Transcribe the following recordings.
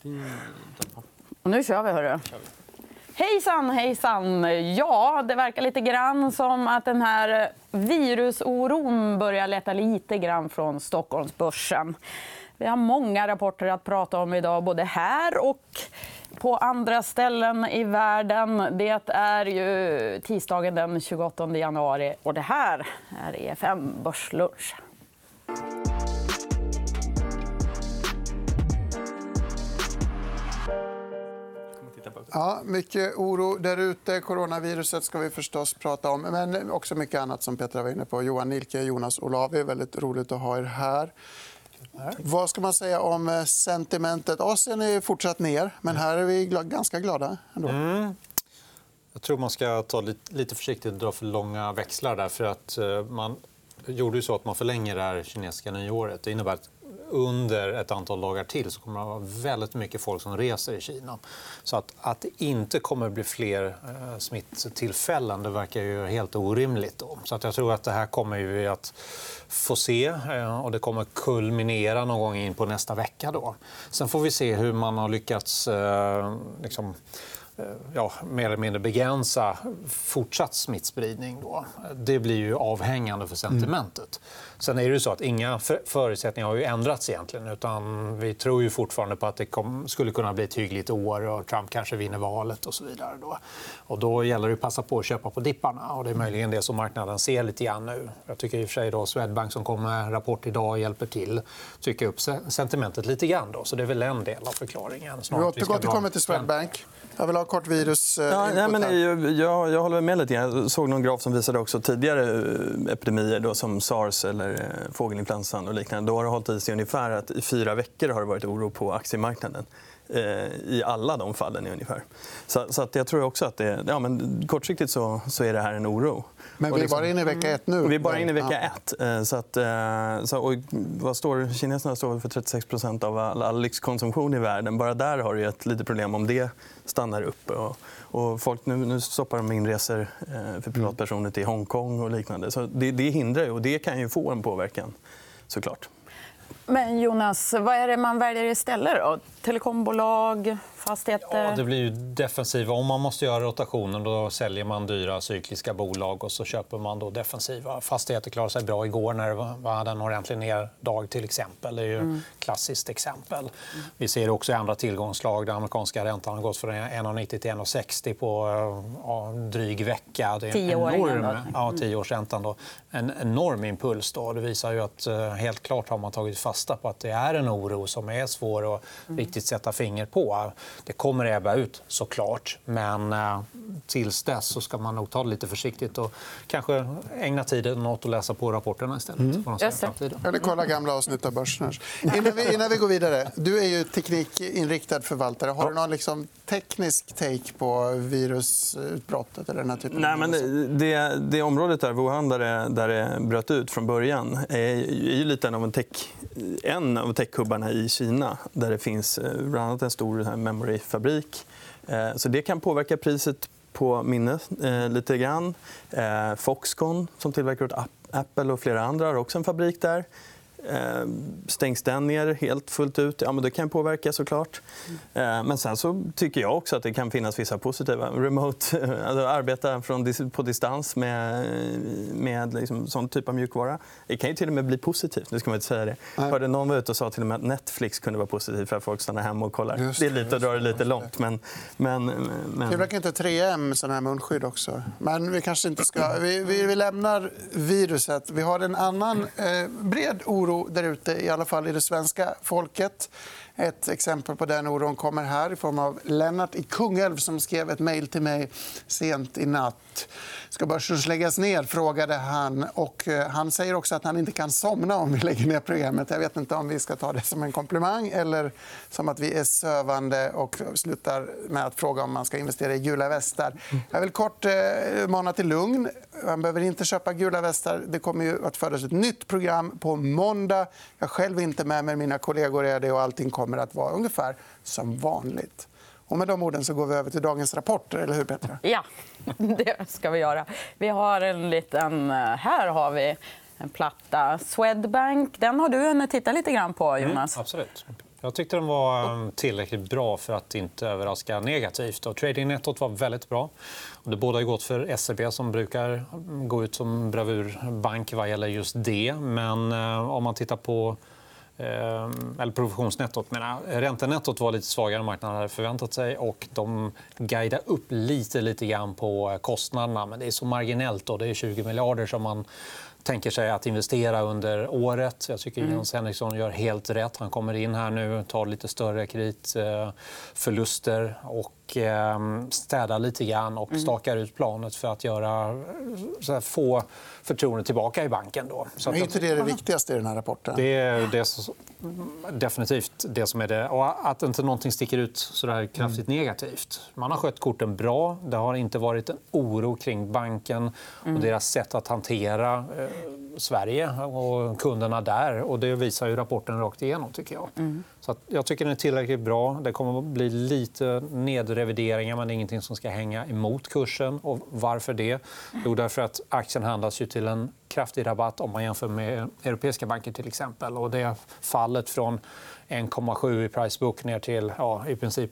Och nu kör vi, hörru. Hejsan, hejsan. Ja, det verkar lite grann som att den här virusoron börjar lätta lite grann från Stockholmsbörsen. Vi har många rapporter att prata om idag, både här och på andra ställen i världen. Det är ju tisdagen den 28 januari och det här är EFN Börslunch. Ja, mycket oro där ute. Coronaviruset ska vi förstås prata om, men också mycket annat som Petra var inne på. Johan Nilke, Jonas Olavi, väldigt roligt att ha er här. Vad ska man säga om sentimentet? Asien är fortsatt ner, men här är vi ganska glada ändå. Jag tror man ska ta lite försiktigt och dra för långa växlar där, för att man gjorde ju så att man förlänger det här kinesiska nyåret. Det innebär att under ett antal dagar till så kommer det att vara väldigt mycket folk som reser i Kina. Så att det inte kommer att bli fler smitttillfällen, det verkar ju helt orimligt då. Så att jag tror att det här kommer vi att få se, och det kommer kulminera någon gång in på nästa vecka då. Sen får vi se hur man har lyckats mer eller mindre begränsa fortsatt smittspridning då. Det blir ju avhängande för sentimentet. Sen är det ju så att inga förutsättningar har ju ändrats egentligen, utan vi tror ju fortfarande på att det skulle kunna bli ett hyggligt år och Trump kanske vinner valet och så vidare då. Och då gäller det att passa på att köpa på dipparna, och det är möjligen det som marknaden ser lite grann nu. Jag tycker i och för sig då Swedbank som kommer med en rapport idag hjälper till att trycka upp sentimentet lite grann då, så det är väl en del av förklaringen. Vi återkommer till Swedbank. Jag vill ha kort virus. Jag håller med lite. Jag såg någon graf som visade också tidigare epidemier då, som SARS eller fågelinfluensan och liknande. Då har det hållit i sig ungefär att i 4 veckor har det varit oro på aktiemarknaden. I alla de fallen ungefär. Så att jag tror också att men kortsiktigt så är det här en oro. Men vi är bara inne i vecka 1 nu. Vi är bara inne i vecka 1. Och vad står kineserna står för 36% av all lyxkonsumtion i världen. Bara där har det ett litet problem om det stannar upp. Och folk nu stoppar de inresor för privatpersoner till Hongkong och liknande. Så det hindrar ju, och det kan ju få en påverkan såklart. Men Jonas, vad är det man väljer istället då? Telekombolag, fastigheter? Ja, det blir ju defensiva. Om man måste göra rotationen då säljer man dyra cykliska bolag och så köper man då defensiva. Fastigheter klarade sig bra igår när det var en ordentlig neddag till exempel. Det är ju ett klassiskt exempel. Vi ser också andra tillgångslag. Den amerikanska räntan har gått från 1,90 till 1,60 på dryg vecka. Det är 10 år enorm, 10-årsräntan då. En enorm impuls då. Det visar ju att helt klart har man tagit fasta på att det är en oro som är svår att riktigt sätta finger på. Det kommer ebba ut såklart, men tills dess så ska man nog ta det lite försiktigt och kanske ägna tiden åt att läsa på rapporterna istället. Eller kolla gamla avsnitt av börsen. Innan vi går vidare. Du är ju teknikinriktad förvaltare. Har du någon teknisk take på virusutbrottet eller den här typen? Nej, men det området där Wuhan där det bröt ut från början är ju lite en av techhubbarna i Kina där det finns bland annat en stor memoryfabrik. Så det kan påverka priset på minne lite grann. Foxconn som tillverkar åt Apple och flera andra har också en fabrik där. Stängs den ner helt fullt ut, men det kan påverka såklart. Men sen så tycker jag också att det kan finnas vissa positiva remote, alltså arbeta på distans med sån typ av mjukvara. Det kan ju till och med bli positivt, nu ska man inte säga det. Hörde någon var ute och sa till och med att Netflix kunde vara positivt för att folk stannar hemma och kollar. Det är lite att dra det lite långt, men det verkar inte 3M sån här munskydd också. Men vi kanske inte ska vi lämnar viruset. Vi har en annan bred oro där ute, i alla fall i det svenska folket. Ett exempel på den oron kommer här i form av Lennart i Kungälv som skrev ett mejl till mig sent i natt. Ska börsen läggas ner, frågade han. Och han säger också att han inte kan somna om vi lägger ner programmet. Jag vet inte om vi ska ta det som en komplimang eller som att vi är sövande och slutar med att fråga om man ska investera i gula västar. Jag vill kort mana till lugn. Man behöver inte köpa gula västar. Det kommer ju att föras ett nytt program på måndag. Jag själv är inte med, men mina kollegor är det och allting kommer att vara ungefär som vanligt. Och med de orden så går vi över till dagens rapporter, eller hur Petra? Ja, det ska vi göra. Vi har en liten... Här har vi en platta. Swedbank, den har du hunnit titta lite grann på, Jonas. Absolut. Jag tyckte den var tillräckligt bra för att inte överraska negativt. Och tradingnettot var väldigt bra. Och det båda har gått för SEB som brukar gå ut som bravurbank vad gäller just det. Men om man tittar på eller provisionsnettot. Räntenettot var lite svagare än marknaden hade förväntat sig och de guidar upp lite grann på kostnaderna. Men det är så marginellt. Då. Det är 20 miljarder som man tänker sig att investera under året. Jag tycker Jens Henriksson gör helt rätt. Han kommer in här nu, tar lite större kreditförluster och städar lite grann och stakar ut planet för att få förtroende tillbaka i banken. Då. Så är inte det viktigaste i den här rapporten? Det är definitivt det som är det. Och att inte någonting sticker ut så där kraftigt negativt. Man har skött korten bra. Det har inte varit en oro kring banken och deras sätt att hantera Sverige och kunderna där. Och det visar ju rapporten rakt igenom, tycker jag. Så att jag tycker den är tillräckligt bra. Det kommer att bli lite nedrevideringar, men det är ingenting som ska hänga emot kursen. Och varför det? Jo, därför att aktien handlas ju till en kraftig rabatt om man jämför med europeiska banker till exempel. Och det fallet från 1,7 i pricebook ner till i princip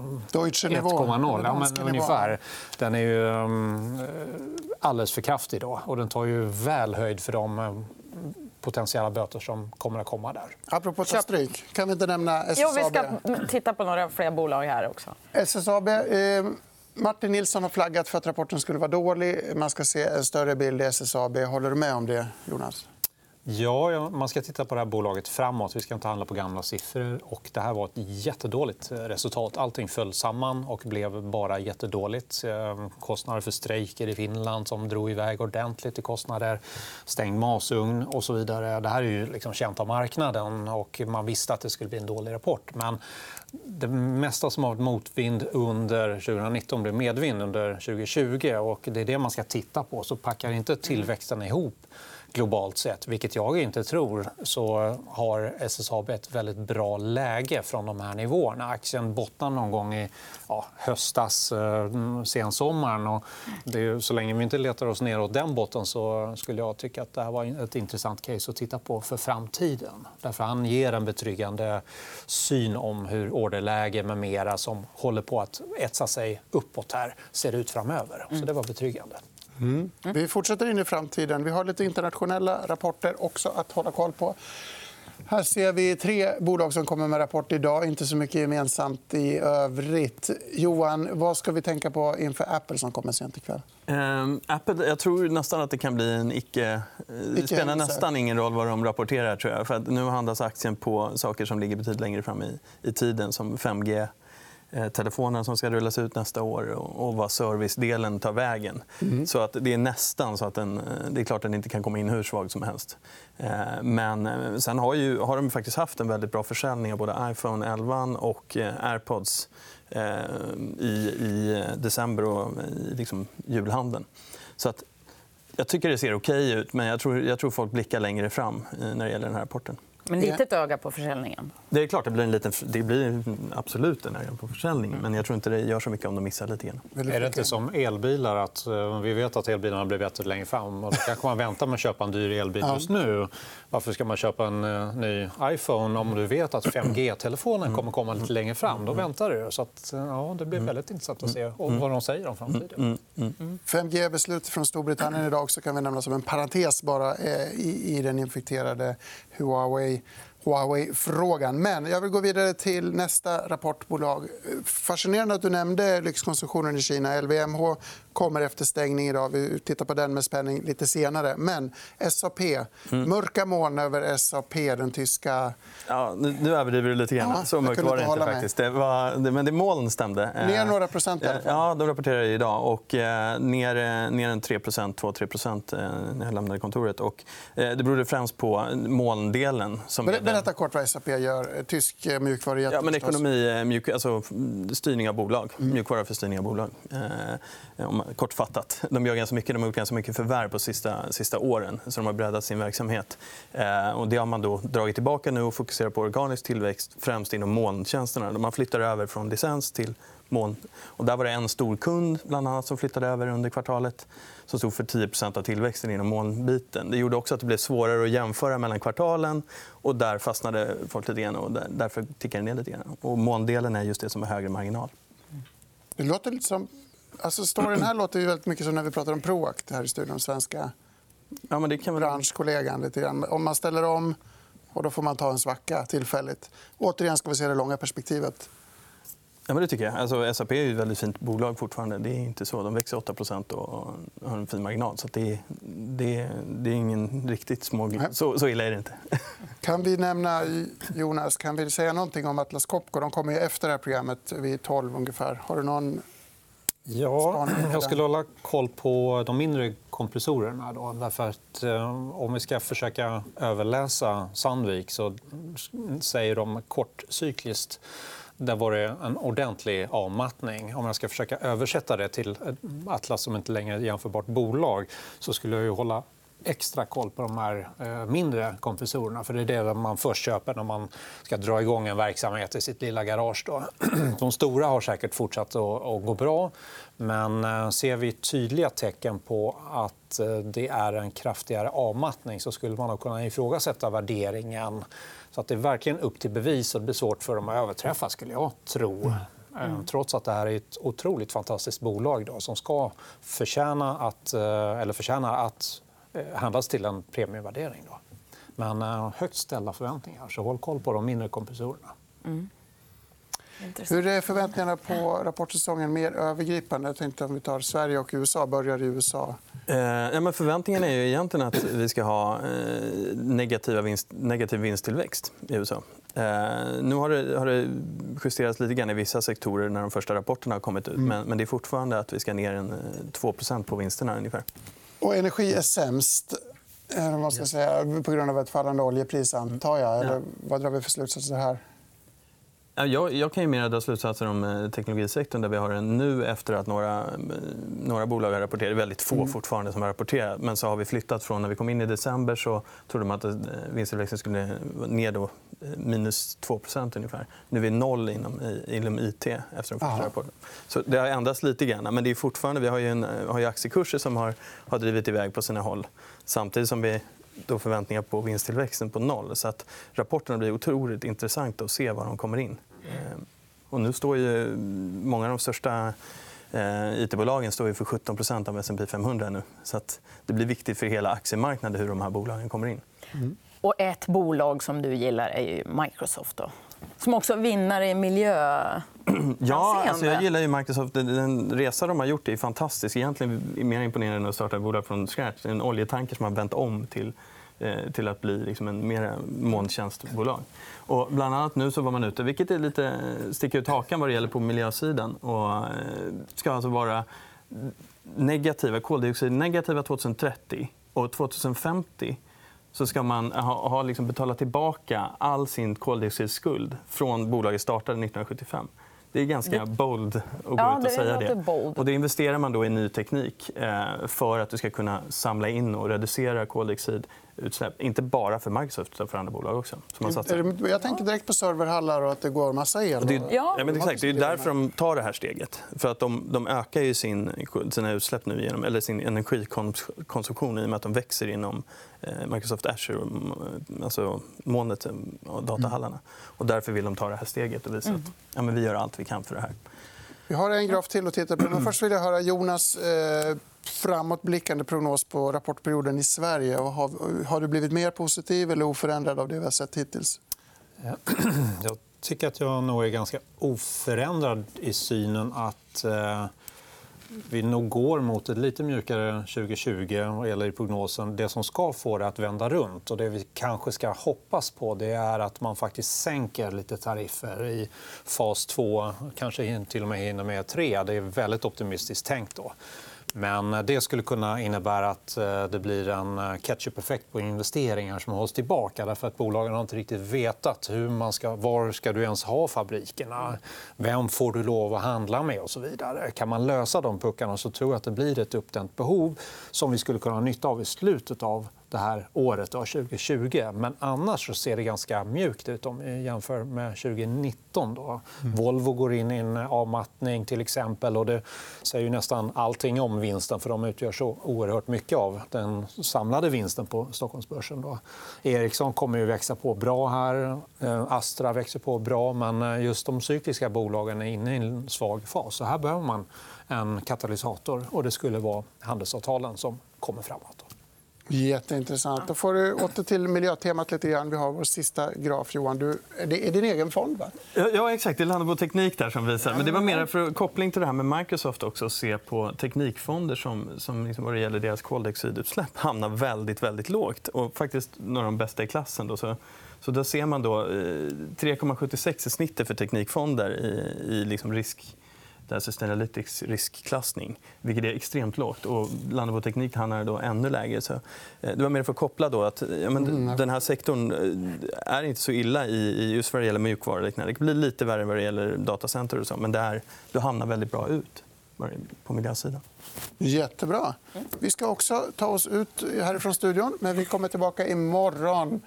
1,0. Ja, men ungefär. Den är ju alldeles för kraftig då. Och den tar ju väl höjd för de potentiella böter som kommer att komma där. Apropå ta stryk, kan vi inte nämna SSAB? Jo, vi ska titta på några fler bolag här också. SSAB, Martin Nilsson har flaggat för att rapporten skulle vara dålig. Man ska se en större bild i SSAB. Håller du med om det, Jonas? Ja, man ska titta på det här bolaget framåt. Vi ska inte handla på gamla siffror. Och det här var ett jättedåligt resultat. Allting föll samman och blev bara jättedåligt. Kostnader för strejker i Finland som drog iväg ordentligt i kostnader. Stängd masugn och så vidare. Det här är ju liksom känt av marknaden och man visste att det skulle bli en dålig rapport. Men det mesta som har varit motvind under 2019 blev medvind under 2020. Och det är det man ska titta på. Så packar inte tillväxten ihop globalt sett, vilket jag inte tror, så har SSAB ett väldigt bra läge från de här nivåerna. Aktien bottnar någon gång i höstas, sensommaren. Och det är, så länge vi inte letar oss neråt den botten så skulle jag tycka att det här var ett intressant case att titta på för framtiden. Därför han ger en betryggande syn om hur orderläge med mera som håller på att etsa sig uppåt här ser ut framöver. Så det var betryggande. Vi fortsätter in i framtiden. Vi har lite internationella rapporter också att hålla koll på. Här ser vi 3 bolag som kommer med rapport idag. Inte så mycket gemensamt i övrigt. Johan, vad ska vi tänka på inför Apple som kommer sent ikväll? Apple, jag tror nästan att det kan bli en icke... Det spelar nästan ingen roll vad de rapporterar, tror jag. För att nu handlas aktien på saker som ligger betydligt längre fram i tiden, som 5G. Telefonen som ska rullas ut nästa år och vad servicedelen tar vägen. Så att det är nästan så att det är klart att den inte kan komma in hur svag som helst. Men sen har de faktiskt haft en väldigt bra försäljning av både iPhone 11 och AirPods i december och i liksom julhandeln. Så att jag tycker det ser okej ut, men jag tror folk blickar längre fram när det gäller den här rapporten. Men litet öga på försäljningen. Det är klart det blir absolut en öga på försäljningen, men jag tror inte det gör så mycket om de missar lite grann. Är det inte som elbilar att vi vet att elbilarna blir bättre längre fram och då kanske man väntar med att köpa en dyr elbil just nu. Varför ska man köpa en ny iPhone om du vet att 5G-telefonen kommer komma lite längre fram? Då väntar du. Så att, det blir väldigt intressant att se vad de säger om framtiden. 5G-beslut från Storbritannien idag också kan vi nämna som en parentes bara i den infekterade Huawei-frågan. Men jag vill gå vidare till nästa rapportbolag. Fascinerande att du nämnde lyxkonsumtionen i Kina. LVMH kommer efter stängning idag. Vi tittar på den med spänning lite senare. Men SAP, mörka moln över SAP, den tyska... Ja, nu överdriver du lite grann. Så mörkt var det inte faktiskt. Men det moln stämde. Ner några procent i alla fall. Ja, de rapporterar idag. Och ner en 2-3% när jag lämnade kontoret. Och det berodde främst på molndelen. Berätta kort vad SAP gör. Tysk mjukvarujätte. Ja, men ekonomi, styrning av bolag. Mjukvara för styrning av bolag. kortfattat. De gör ganska mycket, de har gjort ganska mycket förvärv på sista åren. Så de har breddat sin verksamhet. Och det har man då dragit tillbaka nu och fokuserar på organisk tillväxt främst inom molntjänsterna. Man flyttar över från licens till moln. Och där var det en stor kund bland annat som flyttade över under kvartalet som stod för 10% av tillväxten inom molnbiten. Det gjorde också att det blev svårare att jämföra mellan kvartalen och där fastnade folk lite grann och därför tickar det ner lite grann. Och molndelen är just det som är högre marginal. Det låter lite som... Alltså, storyn här låter ju väldigt mycket som när vi pratar om Proact här i studion, svenska men det kan branschkollegan. Lite grann. Om man ställer om och då får man ta en svacka tillfälligt. Återigen ska vi se det långa perspektivet. Ja, men det tycker jag. Alltså, SAP är ju ett väldigt fint bolag fortfarande. Det är inte så. De växer 8% och har en fin marginal. Så det är ingen riktigt så illa är det inte. Kan vi nämna, Jonas, kan vi säga någonting om Atlas Copco? De kommer ju efter det här programmet vid 12 ungefär. Har du någon... Ja, jag skulle hålla koll på de mindre kompressorerna. Då, därför att, om vi ska försöka överläsa Sandvik så säger de kortcykliskt. Där var det en ordentlig avmattning. Om jag ska försöka översätta det till Atlas som inte längre är ett jämförbart bolag så skulle jag ju hålla extra koll på de här mindre kompressorerna. För det är det man först köper när man ska dra igång en verksamhet i sitt lilla garage. Då. De stora har säkert fortsatt att gå bra. Men ser vi tydliga tecken på att det är en kraftigare avmattning så skulle man nog kunna ifrågasätta värderingen. Så att det är verkligen upp till bevis och det blir svårt för dem att överträffa skulle jag tro. Trots att det här är ett otroligt fantastiskt bolag då, som ska förtjänar att handlas till en premiumvärdering. Då. Men högt ställda förväntningar, så håll koll på de mindre kompressorerna. Hur är förväntningarna på rapportsäsongen mer övergripande? Jag tänkte om vi tar Sverige och USA, börjar i USA. Men förväntningen är ju egentligen att vi ska ha negativ vinsttillväxt i USA. Nu har det justerats lite grann i vissa sektorer när de första rapporterna har kommit ut. Men det är fortfarande att vi ska ner 2% på vinsterna ungefär. Och energi är sämst man ska säga, på grund av ett fallande oljepris, antar jag. Eller vad drar vi för slutsatser här? Jag kan ju mer dra slutsatser om teknologisektorn där vi har en nu efter att några bolag har rapporterat. Väldigt få fortfarande som har rapporterat. Men så har vi flyttat från när vi kom in i december så trodde man att vinsttillväxten skulle ner då minus 2% ungefär. Nu är vi 0 inom IT efter den första rapporten. Så det har ändrats lite grann. Men det är fortfarande, vi har ju aktiekurser som har drivit iväg på sina håll. Samtidigt som vi då förväntningar på vinsttillväxten på 0. Så att rapporterna blir otroligt intressanta att se var de kommer in. Och nu står ju många av de största IT-bolagen står ju för 17% av S&P 500 nu. Så att det blir viktigt för hela aktiemarknaden hur de här bolagen kommer in. Och ett bolag som du gillar är ju Microsoft då. Som också vinner i miljö. Ja, alltså jag gillar ju Microsoft. Den resa de har gjort är fantastisk. Egentligen mer imponerande än att starta ett bolag från scratch. En oljetanker som har vänt om till att bli liksom en mer molntjänstbolag. Och bland annat nu så var man ute, vilket är lite sticker ut hakan vad det gäller på miljösidan. Och ska alltså vara koldioxidnegativa 2030 och 2050 så ska man ha liksom betalat tillbaka all sin koldioxidskuld från bolaget startade 1975. Det är ganska bold att gå ut och säga det. Och då investerar man då i ny teknik för att du ska kunna samla in och reducera koldioxidutsläpp. Inte bara för Microsoft utan för andra bolag också. Jag tänker direkt på serverhallar och att det går massa el. Men exakt, det är därför de tar det här steget. För att de ökar ju sina utsläpp nu eller sin energikonsumtion i och med att de växer inom Microsoft Azure, alltså molnet och datahallarna. Och därför vill de ta det här steget och visa att vi gör allt vi kan för det här. Vi har en graf till att titta på. Men först vill jag höra Jonas framåtblickande prognos på rapportperioden i Sverige. Och har du blivit mer positiv eller oförändrad av det vi har sett hittills? Jag tycker att jag nog är ganska oförändrad i synen att vi nog går mot ett lite mjukare 2020 vad gäller i prognosen. Det som ska få det att vända runt och det vi kanske ska hoppas på det är att man faktiskt sänker lite tariffer i fas 2, kanske till och med hinner med 3. Det är väldigt optimistiskt tänkt då. Men det skulle kunna innebära att det blir en catch-up-effekt på investeringar som hålls tillbaka. Därför att bolagen har inte riktigt vetat var ska du ens ha fabrikerna. Vem får du lov att handla med och så vidare. Kan man lösa de puckarna så tror jag att det blir ett uppdämt behov som vi skulle kunna ha nytta av i slutet av det här året, 2020. Men annars så ser det ganska mjukt ut om vi jämför med 2019. Då. Volvo går in i en avmattning till exempel. Och det säger ju nästan allting om vinsten för de utgör så oerhört mycket av den samlade vinsten på Stockholmsbörsen. Då. Ericsson kommer ju växa på bra här. Astra växer på bra. Men just de cykliska bolagen är inne i en svag fas. Så här behöver man en katalysator. Och det skulle vara handelsavtalen som kommer framåt. Jätteintressant. Då får du åter till miljötemat lite grann. Vi har vår sista graf, Johan. Det är din egen fond, va? Ja, exakt. Det landar på teknik där som visar. Men det var mer för koppling till det här med Microsoft också att se på teknikfonder som liksom vad det gäller deras koldioxidutsläpp hamnar väldigt, väldigt lågt. Och faktiskt några av de bästa i klassen. Då. Så där ser man då 3,76 i snittet för teknikfonder i liksom där Sustainalytics riskklassning, vilket är extremt lågt. Och Lannebo Teknik handlar då ännu lägre. Så det var mer för att koppla då att den här sektorn är inte så illa i just vad det gäller mjukvara. Det blir lite värre vad det gäller datacenter och så, men det hamnar väldigt bra ut på miljösidan. Jättebra. Vi ska också ta oss ut härifrån studion, men vi kommer tillbaka imorgon.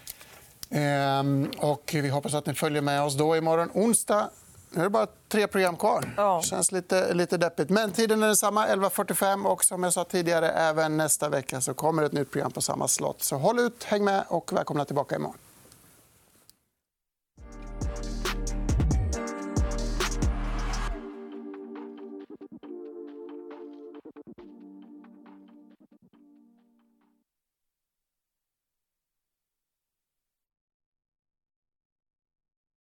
Och vi hoppas att ni följer med oss då imorgon onsdag. Nu är det bara 3 program kvar. Det känns lite deppigt. Men tiden är densamma, 11:45. Och som jag sa tidigare, även nästa vecka så kommer ett nytt program på samma slott. Så håll ut, häng med och välkomna tillbaka imorgon.